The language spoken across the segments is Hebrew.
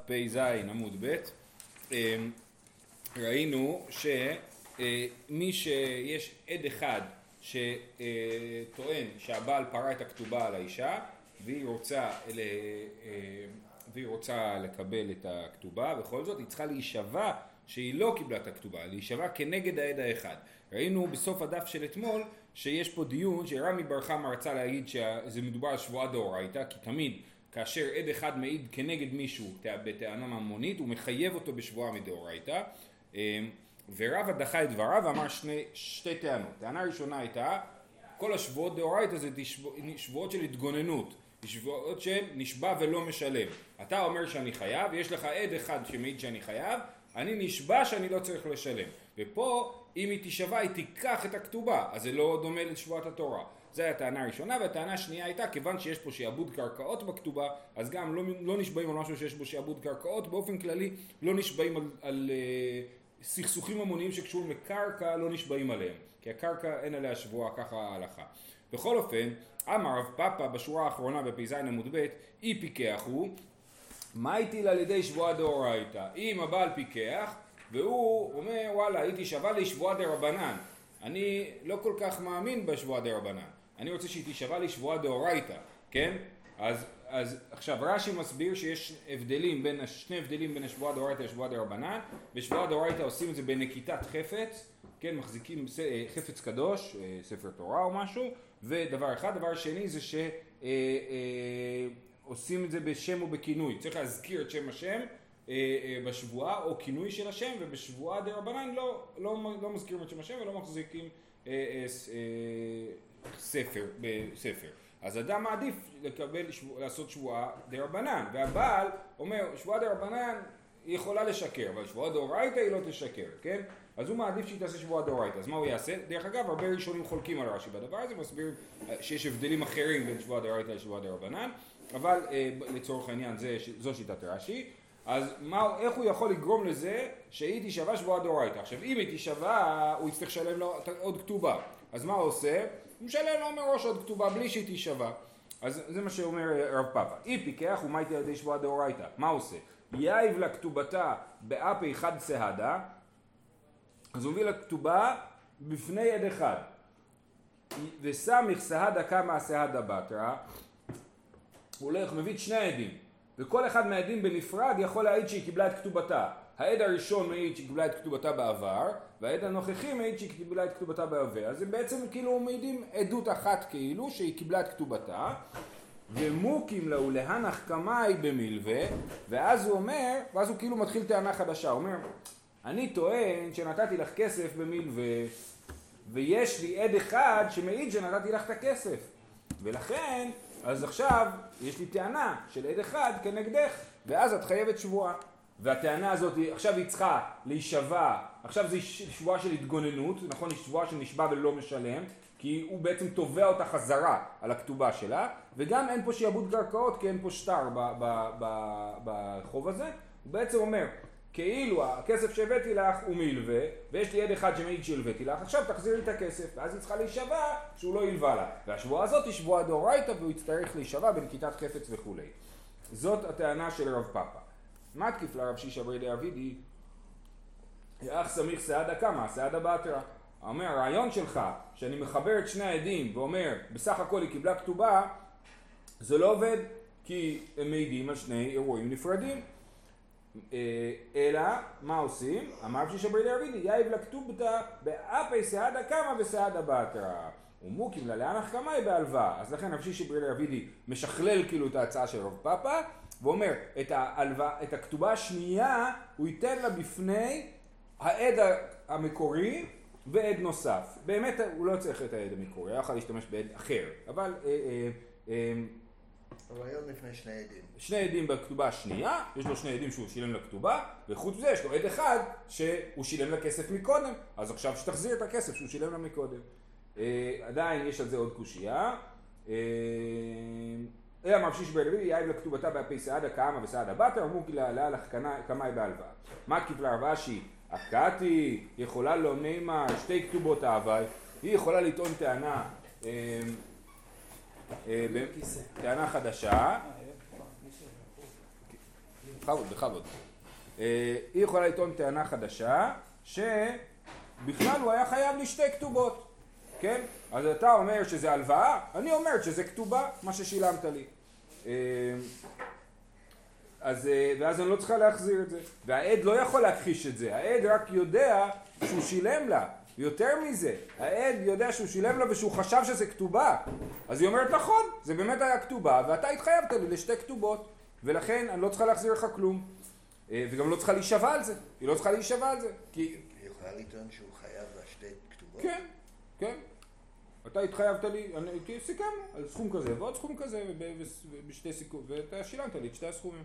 פ' ז' עמוד ב', ראינו שמי שיש עד אחד שטוען שהבעל פרע את הכתובה על האישה והיא רוצה לקבל את הכתובה, בכל זאת היא צריכה להישבע שהיא לא קיבלה את הכתובה, להישבע כנגד העד האחד. ראינו בסוף הדף של אתמול שיש פה דיון שרמי בר חמא רצה להגיד שזה מדובר על שבועה דאורייתא, כי תמיד כאשר עד אחד מעיד כנגד מישהו בטענה ממונית הוא מחייב אותו בשבועה מדאורייתא, ורבא דחה את דבריו ואמר שתי טענות. טענה ראשונה הייתה כל השבועות דאורייתא זה שבועות של התגוננות, שבועות של נשבע ולא משלם. אתה אומר שאני חייב, יש לך עד אחד שמעיד שאני חייב, אני נשבע שאני לא צריך לשלם. ופה אם היא תישבע היא תיקח את הכתובה, אז זה לא דומה לשבועת התורה. זו הייתה הטענה הראשונה, והטענה השנייה הייתה כיוון שיש פה שיעבוד קרקעות בכתובה, אז גם לא נשבעים על משהו שיש בו שיעבוד קרקעות, באופן כללי לא נשבעים על סכסוכים המוניים שקשורים לקרקע, לא נשבעים עליהם, כי הקרקע אין עליה שבועה, ככה ההלכה. בכל אופן, אמר רב פאפא בשורה האחרונה בפ"ז עמוד ב', אי פיקח הוא, מה הטיל על ידי שבועה דאורייתא? אם הבעל פיקח והוא אומר וואלה הייתי שווה לי שבועה דרבנן, אני לא כל כך מאמין בשבועה דרבנן, אני רוצה שהיא תשבע לי שבועה דאורייתא, כן? אז עכשיו רש"י מסביר שיש שני הבדלים בין השבועה דאורייתא לשבועה דרבנן. בשבועה דאורייתא עושים את זה בנקיטת חפץ, כן, מחזיקים חפץ קדוש, ספר תורה או משהו, ודבר אחד. דבר שני זה שעושים את זה בשם או בכינוי, צריך להזכיר את שם השם בשבועה או כינוי של השם, ובשבועה דרבנן לא מזכירים את שם השם ולא מחזיקים ספר. אז אדם מעדיף לעשות שבועה דרבנן, והבעל אומר שבועה דרבנן היא יכולה לשקר, אבל שבועה דאורייתא היא לא תשקר, כן? אז הוא מעדיף שהיא תעשה שבועה דאורייתא. אז מה הוא יעשה? דרך אגב, הרבה ראשונים חולקים על רש"י בדבר הזה, מסבירים שיש הבדלים אחרים בין שבועה דאורייתא לשבועה דרבנן, אבל לצורך העניין זו שיטת רש"י. אז איך הוא יכול לגרום לזה שהיא תישבע שבועה דאורייתא? עכשיו אם היא תישבע הוא יצטרך לשלם לו עוד כתובה, אז מה הוא עושה? הוא משלם לו מראש עוד כתובה בלי שהיא תישבע. אז זה מה שאומר רב פאפא. אי פיקח הוא מייטי על ידי שבועה דאורייתא, מה הוא עושה? יאיב לכתובתה באפי חד סהדה, אז הוא מביא לכתובה בפני עד אחד, וסמיך סהדה כמה סהדה בתרא, הוא הולך מביא את שני העדים, וכל אחד מהעדים בנפרד יכול להעיד שהיא קיבלה את כתובתה. העד הראשון מעיד שהיא קיבלה את כתובתה בעבר, והעד הנוכחי מעיד שהיא קיבלה את כתובתה בהווה. אז הם בעצם כאילו מעידים עדות אחת כאילו שהיא קיבלה את כתובתה, ומוקים לה ולהנח קמאי במלווה, ואז הוא אומר, ואז הוא כאילו מתחיל טענה חדשה, הוא אומר, אני טוען שנתתי לך כסף במלווה, ויש לי עד אחד שמעיד שנתתי לך את הכסף, ולכן, אז עכשיו יש לי טענה של עד אחד כנגדך, ואז את חייבת שבועה. והטענה הזאת, עכשיו היא צריכה להישבע, עכשיו זה שבועה של התגוננות, נכון? היא שבועה שנשבע ולא משלם, כי הוא בעצם תובע אותה חזרה על הכתובה שלה, וגם אין פה שיעבוד קרקעות, כי אין פה שטר בחוב הזה. הוא בעצם אומר, כאילו הכסף שהבאתי לך הוא מלווה, ויש לי עד אחד שמעיד שהלוויתי לך, עכשיו תחזירי את הכסף, ואז היא צריכה להישבע שהוא לא ילווה לה. והשבועה הזאת היא שבועה דאורייתא, והוא יצטרך להישבע בנקיטת חפץ וכו'. זאת הטענה של רב פאפא. מה תקיף לרב שישא בר דאבידי? אך סמיך סעדה כמה, סעדה בתרא. אומר, הרעיון שלך, שאני מחבר את שני העדים ואומר, בסך הכל היא קיבלה כתובה, זה לא עובד, כי הם מעידים על שני אירועים נפרדים. אלא, מה עושים? אמר רב שישא בר דאבידי, יאיב לכתובתה באפי סעדה כמה וסעדה בתרא. ומוקים לה להנח קמאי בהלוואה. אז לכן רב שישא בר דאבידי משכלל כאילו את ההצעה של רב פאפא, ואומר, את הכתובה השנייה הוא ייתן לה בפני העד המקורי ועד נוסף. באמת הוא לא צריך את העד המקורי, הוא יכול להשתמש בעד אחר, אבל הרעיון לפני שני עדים. שני עדים בכתובה השנייה, יש לו שני עדים שהוא שילם לכתובה, וחוץ מזה יש לו עד אחד שהוא שילם לכסף מקודם, אז עכשיו שתחזיר את הכסף שהוא שילם לה מקודם. עדיין יש על זה עוד קושייה. אלא רב שישא בר דאבידי יאיב לכתובתה באפי סעדה כמה וסעדה בתרא, אמרו כי לה לך קמאי בהלוואה. מה תקיף לרב אשי? הקתי יכולה לא נאמר שתי כתובות אהבי, היא יכולה לטעון טענה חדשה, בכבוד. היא יכולה לטעון טענה חדשה, שבכלל הוא היה חייב לי 2 כתובות, כן? אז אתה אומר שזה הלוואה, אני אומרת שזה כתובה, מה ששילמת לי. ואז אני לא צריכה להחזיר את זה. והעד לא יכול להכחיש את זה, העד רק יודע שהוא שילם לה. יותר מזה, העד יודע שהוא שילם לה ושהוא חשב שזה כתובה. אז היא אומרת, נכון, זה באמת היה כתובה, ואתה התחייבת לי ל2 כתובות, ולכן אני לא צריכה להחזיר לך כלום. וגם לא צריכה להישבע על זה, היא לא צריכה להישבע על זה. היא יכולה לטעון שהוא חייב לה 2 כתובות? כן, כן. אתה התחייבת לי, סיכמנו על סכום כזה ועוד סכום כזה בשתי סיכום, ואתה שילמת לי את 2 הסכומים.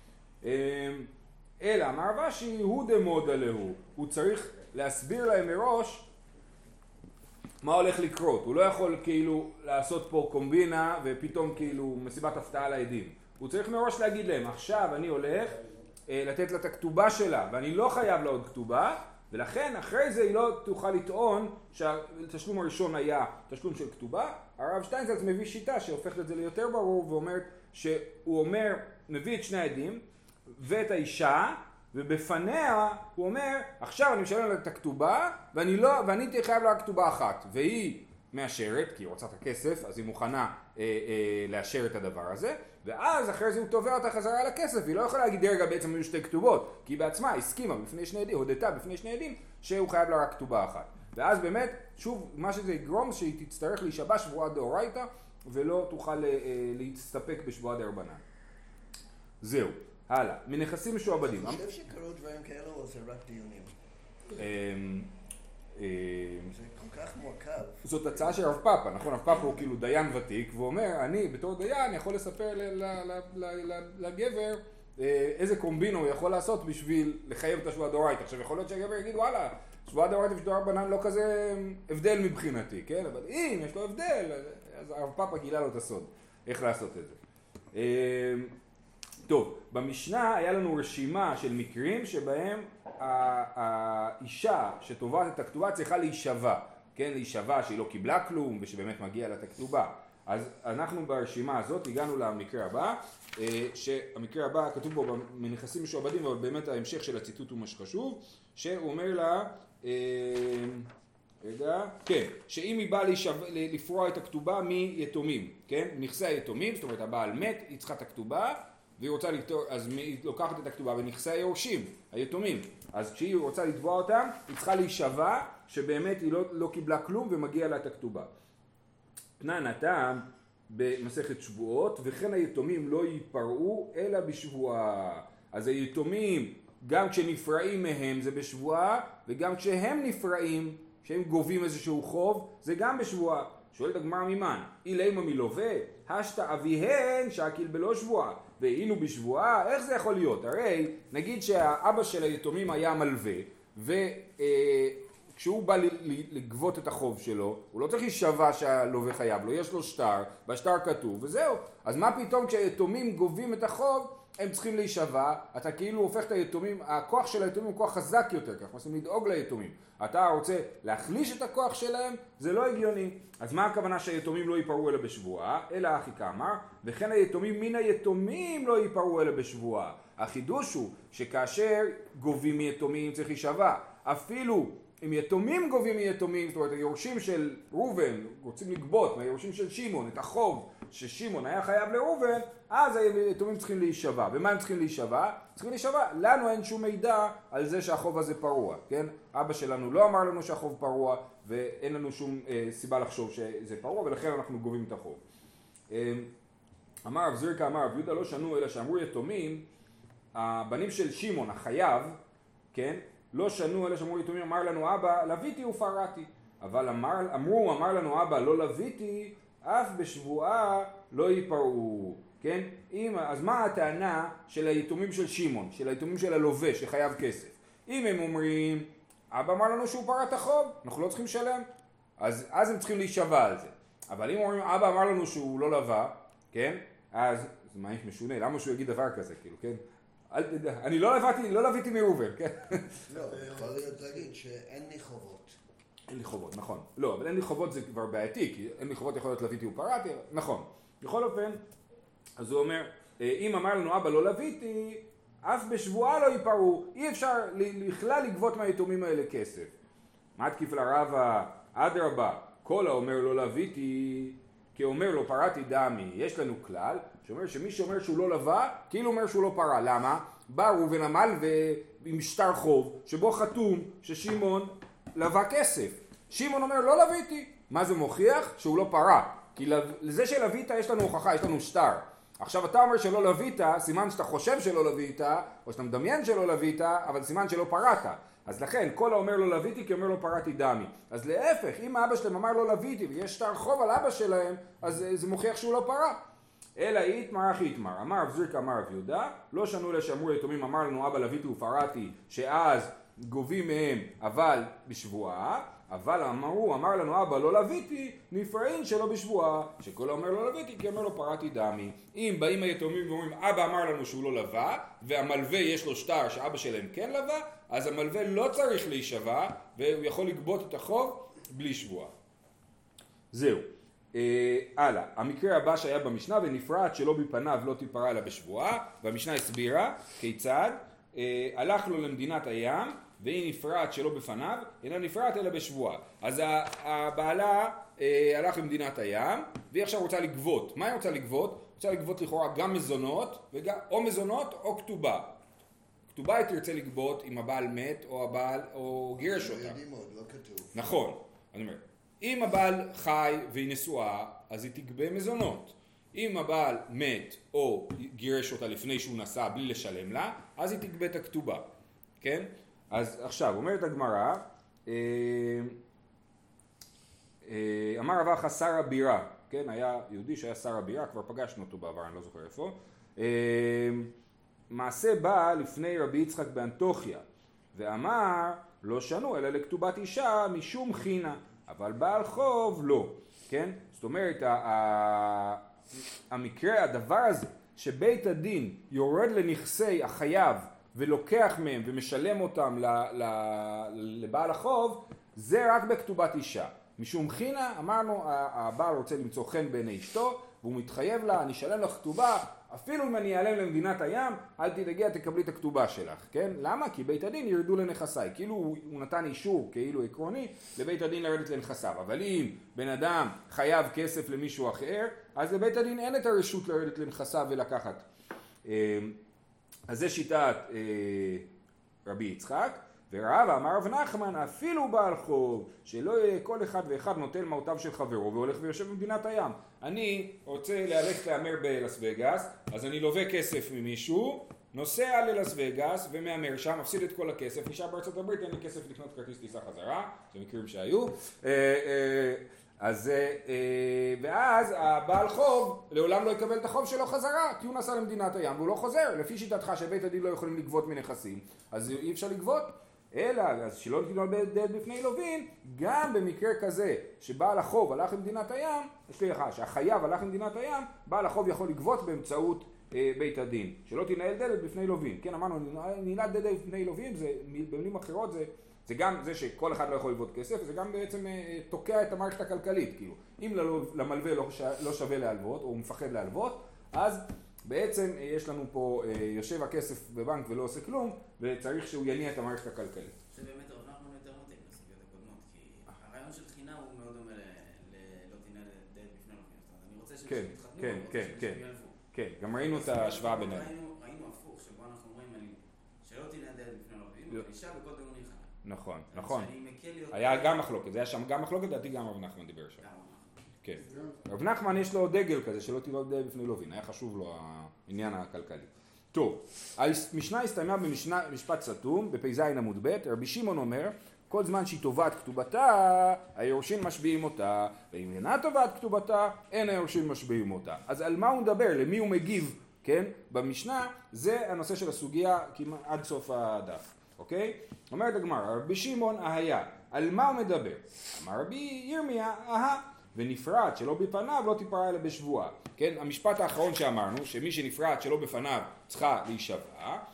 אלא אמר רש"י, הוא דמודה להו, הוא צריך להסביר להם מראש מה הולך לקרות. הוא לא יכול כאילו לעשות פה קומבינה ופתאום כאילו מסיבת הפתעה לעדים. הוא צריך מראש להגיד להם, עכשיו אני הולך לתת לה את הכתובה שלה ואני לא חייב לה עוד כתובה, ולכן אחרי זה היא לא תוכל לטעון שהתשלום הראשון היה תשלום של כתובה. הרב שטיינזלץ מביא שיטה שהופכת את זה ליותר ברור ואומרת שהוא אומר, מביא את 2 העדים ואת ובפניה הוא אומר, עכשיו אני משלם לה את הכתובה ואני תהיה חייב לה כתובה אחת, והיא מאשרת כי היא רוצה את הכסף, אז היא מוכנה לאשר את הדבר הזה, ואז אחרי זה הוא תובע אותה חזרה על הכסף, והיא לא יכולה להגיד רגע בעצם היו 2 כתובות, כי היא בעצמה הסכימה בפני 2 עדים, הודתה בפני 2 עדים שהוא חייב לה רק כתובה אחת. ואז באמת, שוב, מה שזה יגרום שהיא תצטרך להישבע שבועה דאורייתא ולא תוכל להסתפק בשבועה דרבנן. זהו. הלאה, מנכסים משועבדים. אני חושב שקרו דברים כאלו או זה רק דיונים? זה כל כך מורכב. זאת הצעה של רב פאפה, נכון? רב פאפה הוא כאילו דיין ותיק, והוא אומר, אני בתור דיין יכול לספר לגבר איזה קומבינו הוא יכול לעשות בשביל לחייב את השבועה דאורייתא. עכשיו יכול להיות שהגבר יגיד, וואלה, שבועה דאורייתא ושבועה דרבנן לא כזה הבדל מבחינתי, כן? אבל אם יש לו הבדל, אז רב פאפה גילה לו את הסוד, איך לעשות את זה. טוב, במשנה היה לנו רשימה של מקרים שבהם האישה שתובעת את הכתובה צריכה להישבע, כן? להישבע שהיא לא קיבלה כלום ושבאמת מגיע לה את הכתובה. אז אנחנו ברשימה הזאת הגענו למקרה הבא, שהמקרה הבא כתוב בו מנכסים משועבדים, אבל באמת ההמשך של הציטוט הוא מה שחשוב, שהוא אומר לה, כן, שאם היא באה לפרוע את הכתובה מיתומים, כן? נכסי היתומים, זאת אומרת הבעל מת, היא צריכה את הכתובה, והיא רוצה לפתור, אז היא לוקחת את הכתובה ונכסי היורשים, היתומים. אז כשהיא רוצה לתבוע אותם, היא צריכה להישבע שבאמת היא לא קיבלה כלום ומגיע לה את הכתובה. פנן הטעם במסכת שבועות, וכן היתומים לא ייפרעו אלא בשבועה. אז היתומים, גם כשנפרעים מהם זה בשבועה, וגם כשהם נפרעים, כשהם גובים איזשהו חוב, זה גם בשבועה. שואלת הגמרא ממן, אילימה מלווה, השתא אביהן שהקיל בלא שבועה, והיינו בשבועה, איך זה יכול להיות? הרי נגיד שהאבא של היתומים היה מלווה, וכשהוא בא לגבות את החוב שלו, הוא לא צריך להישבע שהלווה חייב לו, יש לו שטר, בשטר כתוב, וזהו. אז מה פתאום כשהיתומים גובים את החוב, הם צריכים להישבע, אתה כאילו הופך את היתומים, הכוח של היתומים הוא כוח חזק יותר, כך רוצים לדאוג ליתומים. אתה רוצה להחליש את הכוח שלהם, זה לא הגיוני. אז מה הכוונה שהיתומים לא ייפרעו אלא בשבועה? אלא אחי כאמר, וכן היתומים מן היתומים לא ייפרעו אלא בשבועה. החידוש הוא שכאשר גובים מיתומים צריך להישבע, אפילו אם יתומים גובים מיתומים, זאת אומרת היורשים של ראובן רוצים לגבות מהיורשים של שמעון את החוב ששמעון היה חייב לראובן, אז היתומים צריכים להישבע. ומה הם צריכים להישבע? צריכים להישבע. לנו אין שום מידע על זה שהחוב הזה פרוע, כן? אבא שלנו לא אמר לנו שהחוב פרוע, ואין לנו שום סיבה לחשוב שזה פרוע, ולכן אנחנו גובים את החוב. אמר רב זרקה, אמר רב יהודה, לא שנו אלא שאמרו יתומים, הבנים של שמעון החייב, כן? לא שנו אלא שאמרו יתומים, אמר לנו אבא, לוויתי ופרעתי. אבל אמר לנו אבא, לא לוויתי, אף בשבועה לא ייפרעו, כן? אז מה הטענה של היתומים של שמעון, של היתומים של הלווה שחייב כסף? אם הם אומרים, אבא אמר לנו שהוא פרע את החוב, אנחנו לא צריכים לשלם, אז הם צריכים להישבע על זה. אבל אם אומרים, אבא אמר לנו שהוא לא לווה, כן? אז זה מה משונה, למה שהוא יגיד דבר כזה, כאילו, כן? אני לא לוויתי מראובן, כן? לא, יכול להיות להגיד שאין לי חובות. אין לי חובות, נכון. לא, אבל אין לי חובות זה כבר בעייתי, כי אין לי חובות יכול להיות לוויתי ופרעתי, נכון. בכל אופן, אז הוא אומר, אם אמר לנו אבא לא לוויתי, אף בשבועה לא ייפרעו, אי אפשר בכלל לגבות מהיתומים האלה כסף. מה תקיף לרבה? אדרבה, כל האומר לא לוויתי, כי אומר לו פרעתי דמי. יש לנו כלל שאומר שמי שאומר שהוא לא לווה, כאילו אומר שהוא לא פרע. למה? בא ראובן המלווה עם שטר חוב שבו חתום ששמעון לווה כסף. שמעון אומר לא לוויתי. מה זה מוכיח? שהוא לא פרע. כי לזה שלווית יש לנו הוכחה, יש לנו שטר. עכשיו אתה אומר שלא לווית, סימן שאתה חושב שלא לווית, או שאתה מדמיין שלא לווית, אבל סימן שלא פרעת. אז לכן, כל האומר לא לוויתי כי אומר לא פרעתי דמי. אז להפך, אם האבא שלהם אמר לא לוויתי ויש שטר חוב על אבא שלהם, אז זה מוכיח שהוא לא פרע. אלא איתמר אחי איתמר, אמר רב זריקה אמר רב יהודה, לא שנו לשמור יתומים, אמר לנו אבא לוויתי ופרעתי, שאז גובים מהם אבל בשבועה, אבל אמר לנו אבא לא לוויתי, נפרעין שלא בשבועה, שכל האומר לא לוויתי כי אומר לו פרעתי דמי. אם באים היתומים ואומרים אבא אמר לנו שהוא לא לווה, והמלווה יש לו שטר שאבא שלהם כן לווה, אז המלווה לא צריך להישבע, והוא יכול לגבות את החוב בלי שבועה. זהו. הלאה, המקרה הבא שהיה במשנה, ונפרעת שלא בפניו לא תיפרע אלא בשבועה, והמשנה הסבירה כיצד, הלך לו למדינת הים, והיא נפרעת שלא בפניו, אינה נפרעת אלא בשבועה. אז הבעלה הלך למדינת הים, והיא עכשיו רוצה לגבות. מה היא רוצה לגבות? רוצה לגבות לכאורה גם מזונות, או מזונות או כתובה. כתובה היא תרצה לגבות אם הבעל מת או הבעל או גירש אותה. יודעים עוד, לא כתוב. נכון, אני אומר, אם הבעל חי והיא נשואה, אז היא תגבה מזונות. אם הבעל מת או גירש אותה לפני שהוא נסע בלי לשלם לה, אז היא תגבה את הכתובה. כן? אז עכשיו, אומרת הגמרא, אמר רב אחא שר הבירה, כן? היה יהודי שהיה שר הבירה, כבר פגשנו אותו בעבר, אני לא זוכר איפה. מעשה בא לפני רבי יצחק באנטוכיה, ואמר לא שנו אלא לכתובת אישה משום חינה, אבל בעל חוב לא, כן? זאת אומרת, המקרה, הדבר הזה, שבית הדין יורד לנכסי החייב ולוקח מהם ומשלם אותם לבעל החוב, זה רק בכתובת אישה. משום חינה, אמרנו, הבעל רוצה למצוא חן בעיני אשתו, והוא מתחייב לה, אני אשלם לך כתובה, אפילו אם אני אעלם למדינת הים, אל תדאגי, תקבלי את הכתובה שלך, כן? למה? כי בית הדין ירדו לנכסיי, כאילו הוא נתן אישור, כאילו עקרוני, לבית הדין לרדת לנכסיו. אבל אם בן אדם חייב כסף למישהו אחר, אז לבית הדין אין את הרשות לרדת לנכסיו ולקחת. אז זה שיטת רבי יצחק, ורב אמר רב נחמן, אפילו בעל חוב, שלא יהיה כל אחד ואחד נוטל מעותיו של חברו והולך ויושב במדינת הים. אני רוצה ללכת להמר בלס וגאס, אז אני לווה כסף ממישהו, נוסע ללס וגאס ומהמר שם, מפסיד את כל הכסף, נשאר בארצות הברית, אין לי כסף לקנות כרטיס טיסה חזרה, זה מקרים שהיו. אז ואז הבעל חוב לעולם לא יקבל את החוב שלו חזרה, כי הוא נסע למדינת הים והוא לא חוזר. לפי שיטתך שבית הדין לא יכולים לגבות מנכסים, אז אי אפשר לגבות. אלא, אז שלא תתבלבל בפני לווין, גם במקרה כזה שבעל החוב הלך למדינת הים, שהחייב הלך למדינת הים, בעל החוב יכול לגבות באמצעות בית הדין. שלא תנהל דלת בפני לווין. כן, אמרנו, נהילת דלת בפני לווין, זה, במילים אחרות, זה גם זה שכל אחד לא יכול לגבות כסף, זה גם בעצם תוקע את המערכת הכלכלית. כאילו, אם למלווה לא שווה להלוות, או הוא מפחד להלוות, אז בעצם יש לנו פה יושב הכסף בבנק ולא עושה כלום, וצריך שהוא יניע את המערכת הכלכלית. זה באמת רב נחמן יותר מתאים לסוגיות הקודמות, כי הרעיון של תחינה הוא מאוד דומה לא תנהל דלת בפני לווין. אני רוצה שהם יתחתנו, שהם ילוו. כן, גם ראינו את ההשוואה ביניהם. ראינו הפוך, שבו אנחנו אומרים שלא תנהל דלת בפני לווין, אבל אישה בכל דמון יחנה. נכון, נכון. היה גם מחלוקת, זה היה שם גם מחלוקת, דעתי גם רב נחמן דיבר שם. כן. רב נחמן יש לו דגל כזה שלא תנהל דלת בפני לווין, היה חשוב לו העניין הכלכלי. טוב, המשנה הסתיימה במשפט סתום, בפ"ז עמוד ב', רבי שמעון אומר, כל זמן שהיא תובעת כתובתה, היורשים משביעים אותה, ואם אינה תובעת כתובתה, אין היורשים משביעים אותה. אז על מה הוא מדבר? למי הוא מגיב? כן? במשנה זה הנושא של הסוגיה כמעט עד סוף הדף, אוקיי? אומרת הגמרא, רבי שמעון היה, על מה הוא מדבר? אמר רבי ירמיה, ונפרעת שלא בפניו לא תיפרע אלא בשבועה. כן? המשפט האחרון שאמרנו, שמי שנפרעת שלא בפניו צריכה להישבע, אז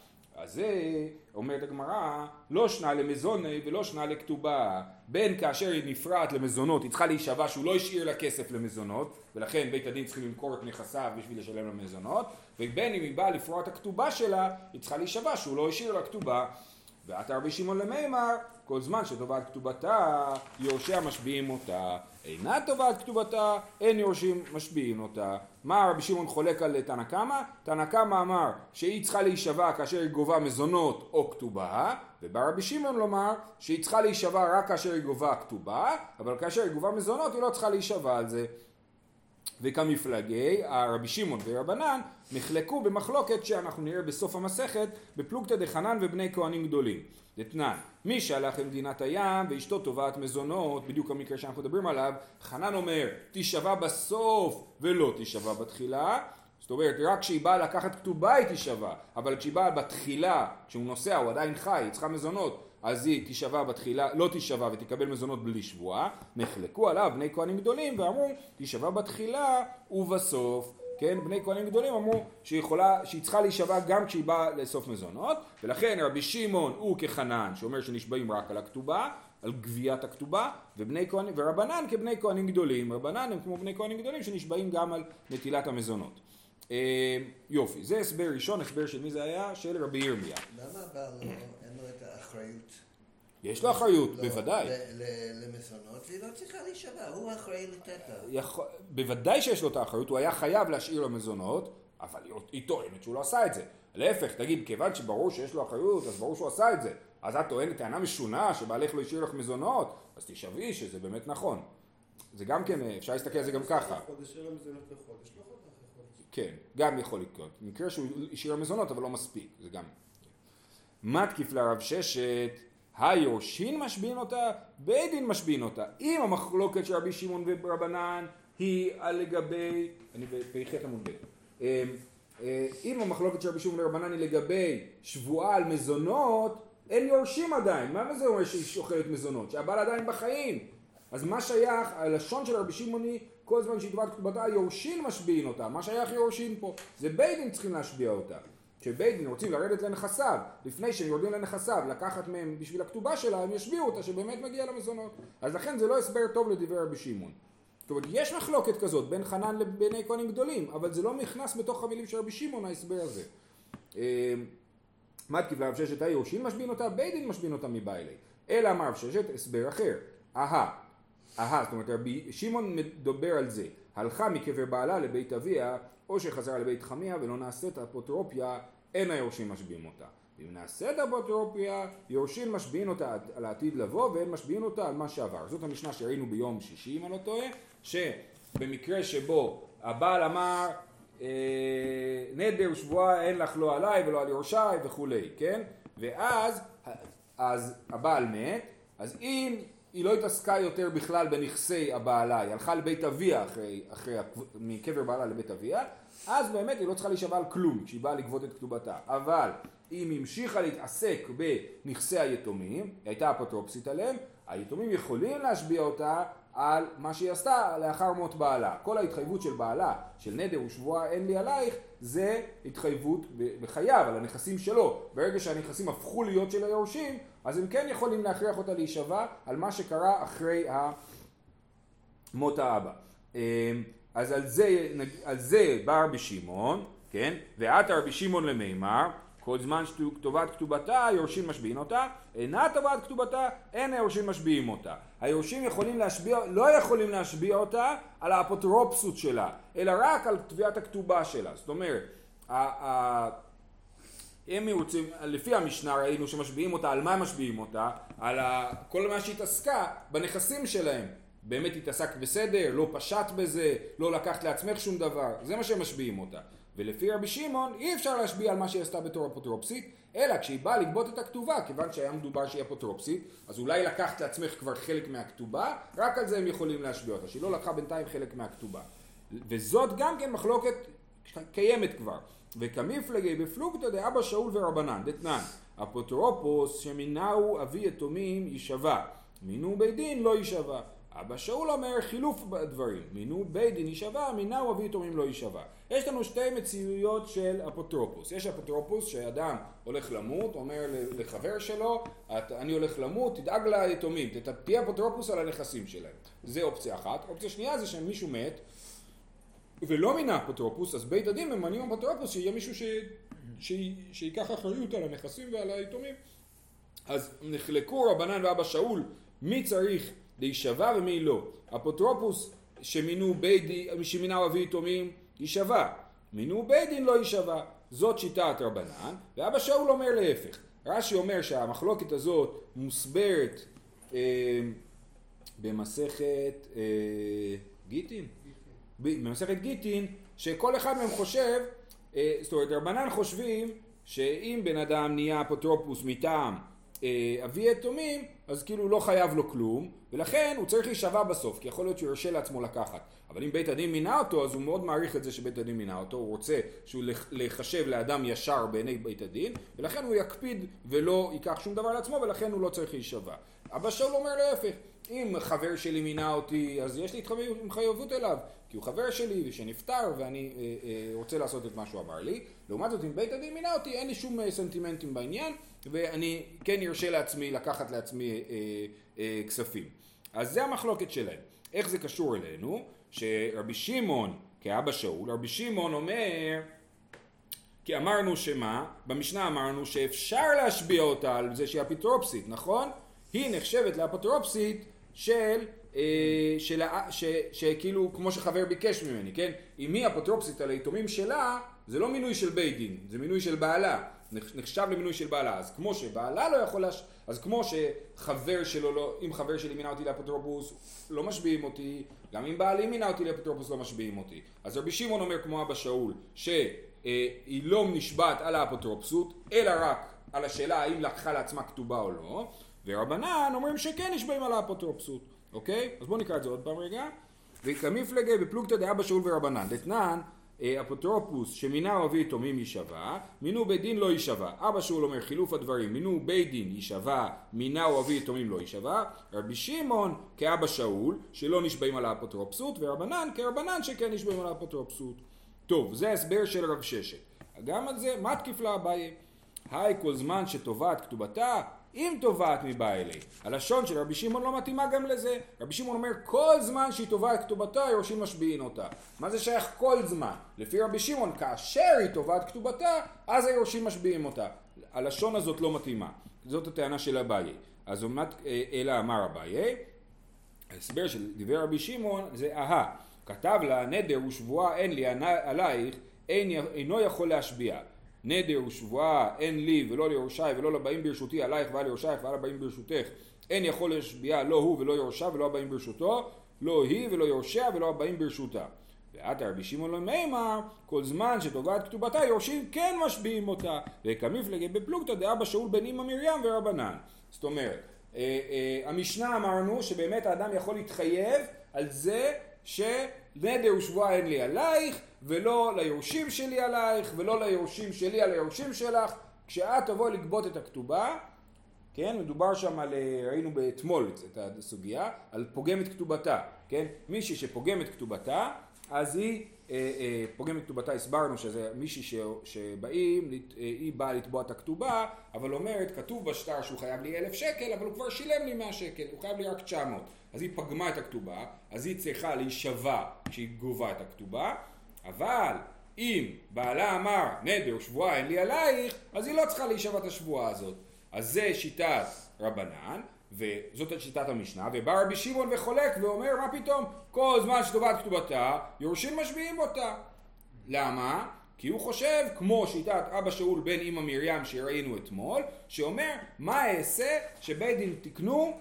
אז זה אומרת הגמרא, לא שנה למזוני ולא שנה לכתובה, בין כאשר היא נפרעת למזונות, היא צריכה להישבע שהוא לא השאיר לה כסף למזונות, ולכן בית הדין צריכים למכור את נכסיו בשביל לשלם למזונות, ובין אם היא באה לפרוע את הכתובה שלה, היא צריכה להישבע שהוא לא השאיר לה כתובה. ועתה רבי שמעון למימר, כל זמן שתובעת כתובתה, יורשיה משביעים אותה. אינה תובעת כתובתה, אין יורשים משביעים אותה. מה רבי שמעון חולק על תנא קמא? תנא קמא אמר שהיא צריכה להישבע כאשר היא גובה מזונות או כתובה, ובא רבי שמעון לומר שהיא צריכה להישבע רק כאשר היא גובה כתובה, אבל כאשר היא גובה מזונות היא לא צריכה להישבע על זה. וכמפלגי, רבי שמעון ורבנן נחלקו במחלוקת שאנחנו נראה בסוף המסכת בפלוגתא דחנן ובני כהנים גדולים. דתנן, מי שהלך למדינת הים ואשתו תובעת מזונות, בדיוק המקרה שאנחנו מדברים עליו, חנן אומר תישבע בסוף ולא תישבע בתחילה, זאת אומרת רק כשהיא באה לקחת כתובה היא תישבע, אבל כשהיא באה בתחילה, כשהוא נוסע הוא עדיין חי, היא צריכה מזונות, אז היא תישבע בתחילה, לא תישבע ותקבל מזונות בלי שבועה. נחלקו עליו בני כהנים גדולים ואמרו תישבע בתחילה ובסוף. כן, בני כהנים גדולים אמרו שהיא צריכה להישבע גם כשהיא באה לאסוף מזונות, ולכן רבי שמעון הוא כחנן שאומר שנשבעים רק על הכתובה, על גביית הכתובה, ורבנן כבני כהנים גדולים. רבנן הם כמו בני כהנים גדולים שנשבעים גם על נטילת המזונות. יופי, זה הסבר ראשון. הסבר של מי זה היה? של רבי ירמיה. למה הבעל אין לו את האחריות? יש לו אחריות, בוודאי. למזונות, והיא לא צריכה להישבע, הוא אחראי לתת. בוודאי שיש לו את האחריות, הוא היה חייב להשאיר לו מזונות, אבל היא טוענת שהוא לא עשה את זה. להפך, תגיד, כיוון שברור שיש לו אחריות, אז ברור שהוא עשה את זה. אז את טוענת טענה משונה שבעלך לא השאיר לך מזונות, אז תשבעי שזה באמת נכון. זה גם כן, אפשר להסתכל על זה גם ככה. כן, גם יכול לקרות. מקרה שהוא השאיר מזונות, אבל לא מספיק, זה גם. מתקיף לרב ששת, היורשין משביעים אותה, בית דין משביעים אותה. אם המחלוקת של רבי שמעון ורבנן היא על לגבי, אני בפרחת עמוד ב', אם המחלוקת של רבי שמעון ורבנן היא לגבי שבועה על מזונות, אין יורשים עדיין. מה זה אומר שהיא שוחרת מזונות? שהבעל עדיין בחיים. אז מה שייך, הלשון של רבי שמעון היא, כל זמן שהיא תובעת כתובתה, יורשין משביעים אותה. מה שייך יורשין פה? זה בית דין צריכים להשביע אותה. כשבית דין רוצים לרדת לנכסיו, לפני שהם יורדים לנכסיו, לקחת מהם בשביל הכתובה שלה, הם ישביעו אותה שבאמת מגיע למזונות. אז לכן זה לא הסבר טוב לדברי רבי שמעון. זאת אומרת, יש מחלוקת כזאת בין חנן לבני כהנים גדולים, אבל זה לא נכנס בתוך המילים של רבי שמעון, ההסבר הזה. מתקיף לרב ששת, היורשין משביעים אותה, בית דין משביעים אותה מבעילי. אלא אמר רב ששת, הסבר אחר. זאת אומרת, רבי שמעון מדבר על זה. הלכה מקבר בעלה לבית אביה, או שחזרה לבית חמיה ולא נעשית אפוטרופיה, אין היורשים משביעים אותה. אם נעשית אפוטרופיה, יורשים משביעים אותה על העתיד לבוא, ואין משביעים אותה על מה שעבר. זאת המשנה שראינו ביום שישי, אם אני לא טועה, שבמקרה שבו הבעל אמר, נדר שבועה אין לך לא עליי ולא על יורשיי וכולי, כן? ואז הבעל מת, אז אם היא לא התעסקה יותר בכלל בנכסי הבעלה, היא הלכה לבית אביה מקבר בעלה לבית אביה, אז באמת היא לא צריכה להישבע על כלום כשהיא באה לגבות את כתובתה. אבל אם היא המשיכה להתעסק בנכסי היתומים, היא הייתה אפוטרופסית עליהם, היתומים יכולים להשביע אותה על מה שהיא עשתה לאחר מות בעלה. כל ההתחייבות של בעלה, של נדר ושבועה אין לי עלייך, זה התחייבות בחייו על הנכסים שלו. ברגע שהנכסים הפכו להיות של היורשים, אז הם כן יכולים להכריח אותה להישבע על מה שקרה אחרי מות האבא. אז על זה בא רבי שמעון, כן? ועתה רבי שמעון למימר, כל זמן שתובעת כתובתה, היורשים משביעים אותה, אינה תובעת כתובתה, אין היורשים משביעים אותה. היורשים לא יכולים להשביע אותה על האפוטרופסות שלה, אלא רק על תביעת הכתובה שלה. זאת אומרת, הם רוצים, לפי המשנה ראינו שמשביעים אותה, על מה משביעים אותה? על כל מה שהתעסקה בנכסים שלהם. באמת התעסקת בסדר, לא פשט בזה, לא לקחת לעצמך שום דבר, זה מה שמשביעים אותה. ולפי רבי שמעון אי אפשר להשביע על מה שהיא עשתה בתור אפוטרופסית, אלא כשהיא באה לגבות את הכתובה, כיוון שהיה מדובר שהיא אפוטרופסית, אז אולי לקחת לעצמך כבר חלק מהכתובה, רק על זה הם יכולים להשביע אותה, שהיא לא לקחה בינתיים חלק מהכתובה. וזאת גם כן מחלוקת קיימת כבר. וכמפלגי בפלוגתא דאבא שאול ורבנן, דתנן, אפוטרופוס שמינהו אבי יתומים יישבע, מינו בית דין לא יישבע. אבא שאול אומר חילוף בדברים, מינו בית דין יישבע, מינהו אבי יתומים לא יישבע. יש לנו שתי מציאויות של אפוטרופוס. יש אפוטרופוס שאדם הולך למות, אומר לחבר שלו, אני הולך למות, תדאג ליתומים, תהיה אפוטרופוס על הנכסים שלהם. זה אופציה אחת. אופציה שנייה זה שמישהו מת ולא מינה אפוטרופוס, אז בית הדין ממנים אפוטרופוס שיהיה מישהו שיקח אחריות על הנכסים ועל היתומים. אז נחלקו רבנן ואבא שאול מי צריך להישבע ומי לא. אפוטרופוס שמינה אבי יתומים יישבע, מינו בית דין לא יישבע. זאת שיטת רבנן, ואבא שאול אומר להפך. רש"י אומר שהמחלוקת הזאת מוסברת במסכת גיטין, במסכת גיטין, שכל אחד מהם חושב, זאת אומרת רבנן חושבים שאם בן אדם נהיה אפוטרופוס מטעם אבי יתומים, אז כאילו לא חייב לו כלום, ולכן הוא צריך להישבע בסוף, כי יכול להיות שהוא ירשה לעצמו לקחת. אבל אם בית הדין מינה אותו, אז הוא מאוד מעריך את זה שבית הדין מינה אותו, הוא רוצה שהוא לחשב לאדם ישר בעיני בית הדין, ולכן הוא יקפיד ולא ייקח שום דבר לעצמו, ולכן הוא לא צריך להישבע. אבא שאול אומר להפך, אם חבר שלי מינה אותי, אז יש לי מחויבות אליו, כי הוא חבר שלי ושנפטר ואני רוצה לעשות את מה שהוא אמר לי. לעומת זאת, אם בית הדין מינה אותי, אין לי שום סנטימנטים בעניין, ואני כן ירשה לעצמי לקחת לעצמי כספים. אז זה המחלוקת שלהם. איך זה קשור אלינו? שרבי שמעון כאבא שאול, רבי שמעון אומר, כי אמרנו שמה? במשנה אמרנו שאפשר להשביע אותה על זה שהיא אפוטרופסית, נכון? היא נחשבת לאפוטרופסית שכאילו כמו שחבר ביקש ממני, כן? אם היא אפוטרופסית על היתומים שלה, זה לא מינוי של בית דין, זה מינוי של בעלה. נחשב למינוי של בעלה, אז כמו שבעלה לא יכול אז כמו שחבר שלו לא, אם חבר שלי מינה אותי לאפוטרופוס לא משביעים אותי, גם אם בעלי מינה אותי לאפוטרופוס לא משביעים אותי. אז רבי שמעון אומר כמו אבא שאול שהיא לא נשבעת על האפוטרופסות אלא רק על השאלה האם לקחה לעצמה כתובה או לא, ורבנן אומרים שכן נשבעים על האפוטרופסות. אוקיי? אז בואו נקרא את זה עוד פעם רגע. וכמפלגה בפלוגתא דאבא שאול ורבנן דתנן אפוטרופוס שמינה אבי יתומים יישבע, מינו בית דין לא יישבע. אבא שאול אומר חילוף הדברים, מינו בית דין יישבע, מינה אבי יתומים לא יישבע. רבי שמעון כאבא שאול שלא נשבעים על האפוטרופסות, ורבנן כרבנן שכן נשבעים על האפוטרופסות. טוב, זה הסבר של רב ששת. גם על זה, מה תקיף לה אביי? היי כל זמן שטובעת כתובתה, אם טובעת מבא אלי. הלשון של רבי שמעון לא מתאימה גם לזה. רבי שמעון אומר כל זמן שהיא טובעת כתובתה יורשים משביעים אותה. מה זה שייך כל זמן? לפי רבי שמעון כאשר היא טובעת כתובתה אז היורשים משביעים אותה. הלשון הזאת לא מתאימה. זאת הטענה של אביי. אז אלא אמר אביי, ההסבר של דבר רבי שמעון זה כתב לה נדר ושבועה אין לי עלייך אינו יכול להשביע. נדר ושבועה אין לי ולא ליורשי ולא לבאים ברשותי עלייך ועל יורשייך ועל הבאים ברשותך אין יכול להשביע לא הוא ולא יורשה ולא הבאים ברשותו לא היא ולא יורשיה ולא הבאים ברשותה. ועתה רבי שמעון לא מימר כל זמן שטובעת כתובתה יורשים כן משביעים אותה וכמפלגה בפלוגתא דאבא שאול בן אמא מרים ורבנן. זאת אומרת המשנה אמרנו שבאמת האדם יכול להתחייב על זה שנדר ושבועה אין לי עלייך ולא ליורשים שלי עלייך ולא ליורשים שלי על היורשים שלך. כשאת תבוא לגבות את הכתובה, כן, מדובר שם על, ראינו באתמול את הסוגיה, על פוגמת כתובתה, כן, מישהי שפוגמת כתובתה, אז היא פוגמת כתובתה, הסברנו שזה מישהי שבאים, היא באה לתבוע את הכתובה, אבל אומרת, כתוב בשטר שהוא חייב לי 1,000 שקל, אבל הוא כבר שילם לי 100 שקל, הוא חייב לי רק 900. אז היא פגמה את הכתובה, אז היא צריכה להישבע כשהיא גובה את הכתובה, אבל אם בעלה אמר נדר שבועה אין לי עלייך, אז היא לא צריכה להישבע את השבועה הזאת. אז זה שיטת רבנן, וזאת שיטת המשנה, ובא רבי שמעון וחולק ואומר מה פתאום, כל זמן שטובעת כתובתה יורשים משביעים אותה. למה? כי הוא חושב כמו שיטת אבא שאול בן אמא מרים שראינו אתמול, שאומר מה אעשה שבית דין תקנו,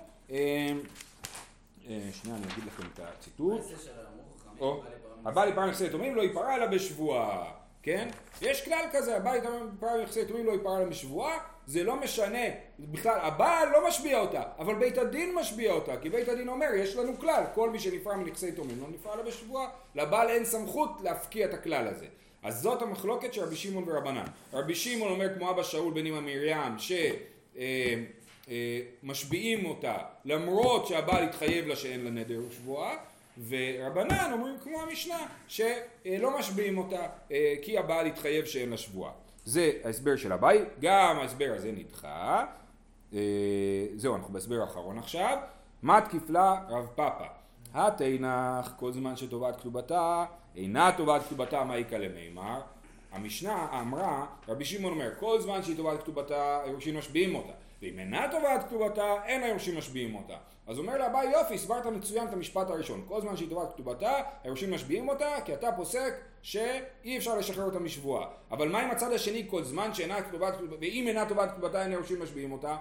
שנייה אני אגיד לכם את הציטוט, הבא לפרע נכסי יתומים לא ייפרע אלא בשבועה, כן? יש כלל כזה, הבא לפרע נכסי יתומים לא ייפרע אלא בשבועה, זה לא משנה, בכלל הבעל לא משביע אותה, אבל בית הדין משביע אותה, כי בית הדין אומר יש לנו כלל, כל מי שנפרע מנכסי יתומים לא נפרע אלא בשבועה, לבעל אין סמכות להפקיע את הכלל הזה. אז זאת המחלוקת של רבי שמעון ורבנן. רבי שמעון אומר כמו אבא שאול בן אמא מרים משביעים אותה למרות שהבעל התחייב לה שאין לה נדר ושבועה, ורבנן אומרים כמו המשנה שלא משביעים אותה כי הבעל התחייב שאין לה שבועה. זה ההסבר של אביי, גם ההסבר הזה נדחה. זהו, אנחנו בהסבר האחרון עכשיו. מה תקיף לה רב פאפא? התנח כל זמן שטובת כתובתה אינה טובת כתובתה מה יקה למימר. המשנה אמרה, רבי שמעון אומר, כל זמן שהיא טובת כתובתה היורשים משביעים אותה, ואם אינה טובת כתובתה אין היורשים משביעים אותה. אז אומר לה אביי, יופי, הסברת מצוין את המשפט הראשון, כל זמן שהיא טובת כתובתה היורשים משביעים אותה, כי אתה פוסק שאי אפשר לשחרר אותה משבועה. אבל מה עם הצד השני, כל זמן שאינה טובת כתובתה, ואם אינה טובת כתובתה אין היורשים משביעים אותה?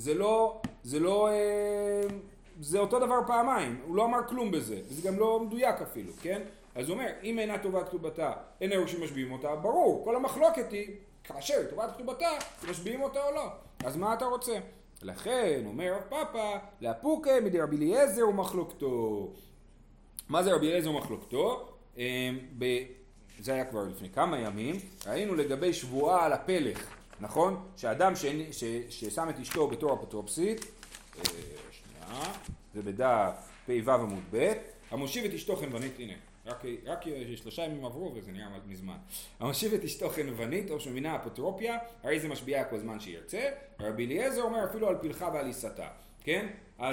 זה אותו דבר פעמיים, הוא לא אמר כלום בזה, וזה גם לא מדויק אפילו, כן? אז הוא אומר, אם אינה טובת כתובתה, אין היורשים משביעים אותה, ברור, כל המחלוקת היא, כאשר טובת כתובתה, משביעים אותה או לא. אז מה אתה רוצה? לכן, אומר רב פאפא, לאפוקה מדי רבי אליעזר ומחלוקתו. מה זה רבי אליעזר ומחלוקתו? זה היה כבר לפני כמה ימים, ראינו לגבי שבועה על הפלך, נכון? שאדם ששם את אשתו בתור אפוטרופסית, זה בדף פ"ו עמוד ב', המושיב את אשתו חנוונית, הנה, רק 3 ימים עברו וזה נראה מזמן. המושיב את אשתו חנוונית או שמינה אפוטרופיה, הרי זה משביעה כל זמן שירצה. רבי אליעזר אומר אפילו על פלחה ועל עיסתה, כן?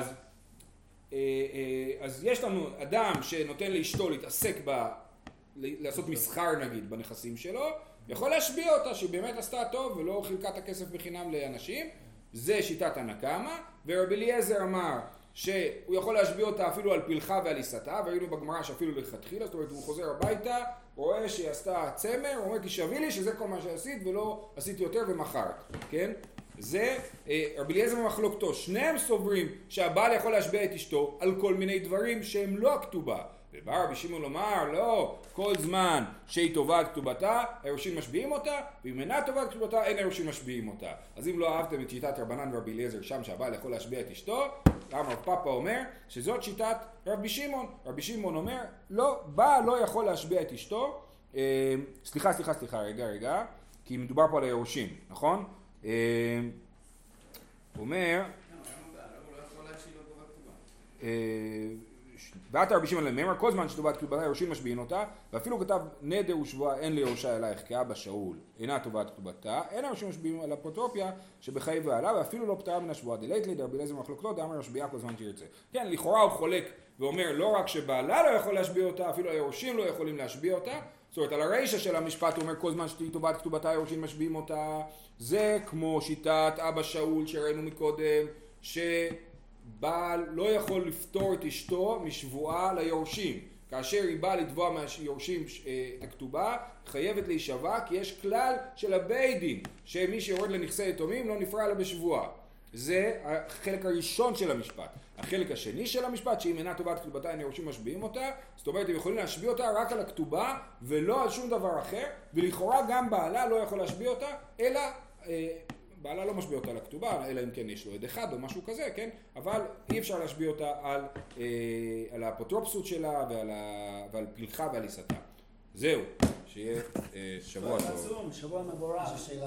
אז יש לנו אדם שנותן לאשתו להתעסק לעשות מסחר נגיד בנכסים שלו, יכול להשביע אותה שהיא באמת עשתה טוב ולא חילקה את הכסף בחינם לאנשים, זה שיטת הנקמה. ורבי אליעזר אמר שהוא יכול להשביע אותה אפילו על פלחה ועל עיסתה, וראינו בגמרא שאפילו לכתחילה, זאת אומרת הוא חוזר הביתה, רואה שהיא עשתה צמר, הוא אומר תשבי לי שזה כל מה שעשית ולא עשית יותר ומחרת, כן? זה רבי אליעזר ומחלוקתו, שניהם סוברים שהבעל יכול להשביע את אשתו על כל מיני דברים שהם לא הכתובה. ובא רבי שמעון לומר, לא, כל זמן שהיא טובת כתובתה, היורשים משביעים אותה, ואם אינה טובת כתובתה, אין היורשים משביעים אותה. אז אם לא אהבתם את שיטת רבנן ורבי אליעזר שם שהבעל יכול להשביע את אשתו, רב פאפא אומר שזאת שיטת רבי שמעון. רבי שמעון אומר, לא, בעל לא יכול להשביע את אשתו, סליחה, רגע, כי מדובר פה על היורשים, נכון? הוא אומר, ואת רבי שמעון למאמר, כל זמן שטובת כתובתה היורשים משביעים אותה, ואפילו כתב נדר ושבועה אין ליורשה אלייך כאבא שאול, אינה טובת כתובתה, אין היורשים משביעים על אפוטרופיה שבחי ועלה, ואפילו לא פטרה מן השבועה. דלית לי דרבי אליעזר ומחלוקתו, דאמר משביעה כל זמן שירצה. כן, לכאורה הוא חולק ואומר לא רק שבעלה לא יכול להשביע אותה, אפילו היורשים לא יכולים להשביע אותה. זאת אומרת, על הרישה של המשפט הוא אומר כל זמן שתהי טובת כתובתה היורשים משביעים אותה. זה כמו שיטת אבא שאול שראינו מקודם, בעל לא יכול לפתור את אשתו משבועה ליורשים. כאשר היא באה לתבוע מהיורשים את הכתובה, חייבת להישבע, כי יש כלל של הבית דין, שמי שיורד לנכסי יתומים לא נפרע לה בשבועה. זה החלק הראשון של המשפט. החלק השני של המשפט, שאם אינה טובת כתובתה, אין היורשים משביעים אותה, זאת אומרת, הם יכולים להשביע אותה רק על הכתובה, ולא על שום דבר אחר, ולכאורה גם בעלה לא יכול להשביע אותה, אלא בעלה לא משביע אותה על הכתובה, אלא אם כן יש לו עד אחד או משהו כזה, כן? אבל אי אפשר להשביע אותה על האפוטרופסות שלה ועל פלחה ועל עיסתה. זהו, שיהיה שבוע טוב. שבוע מבורך.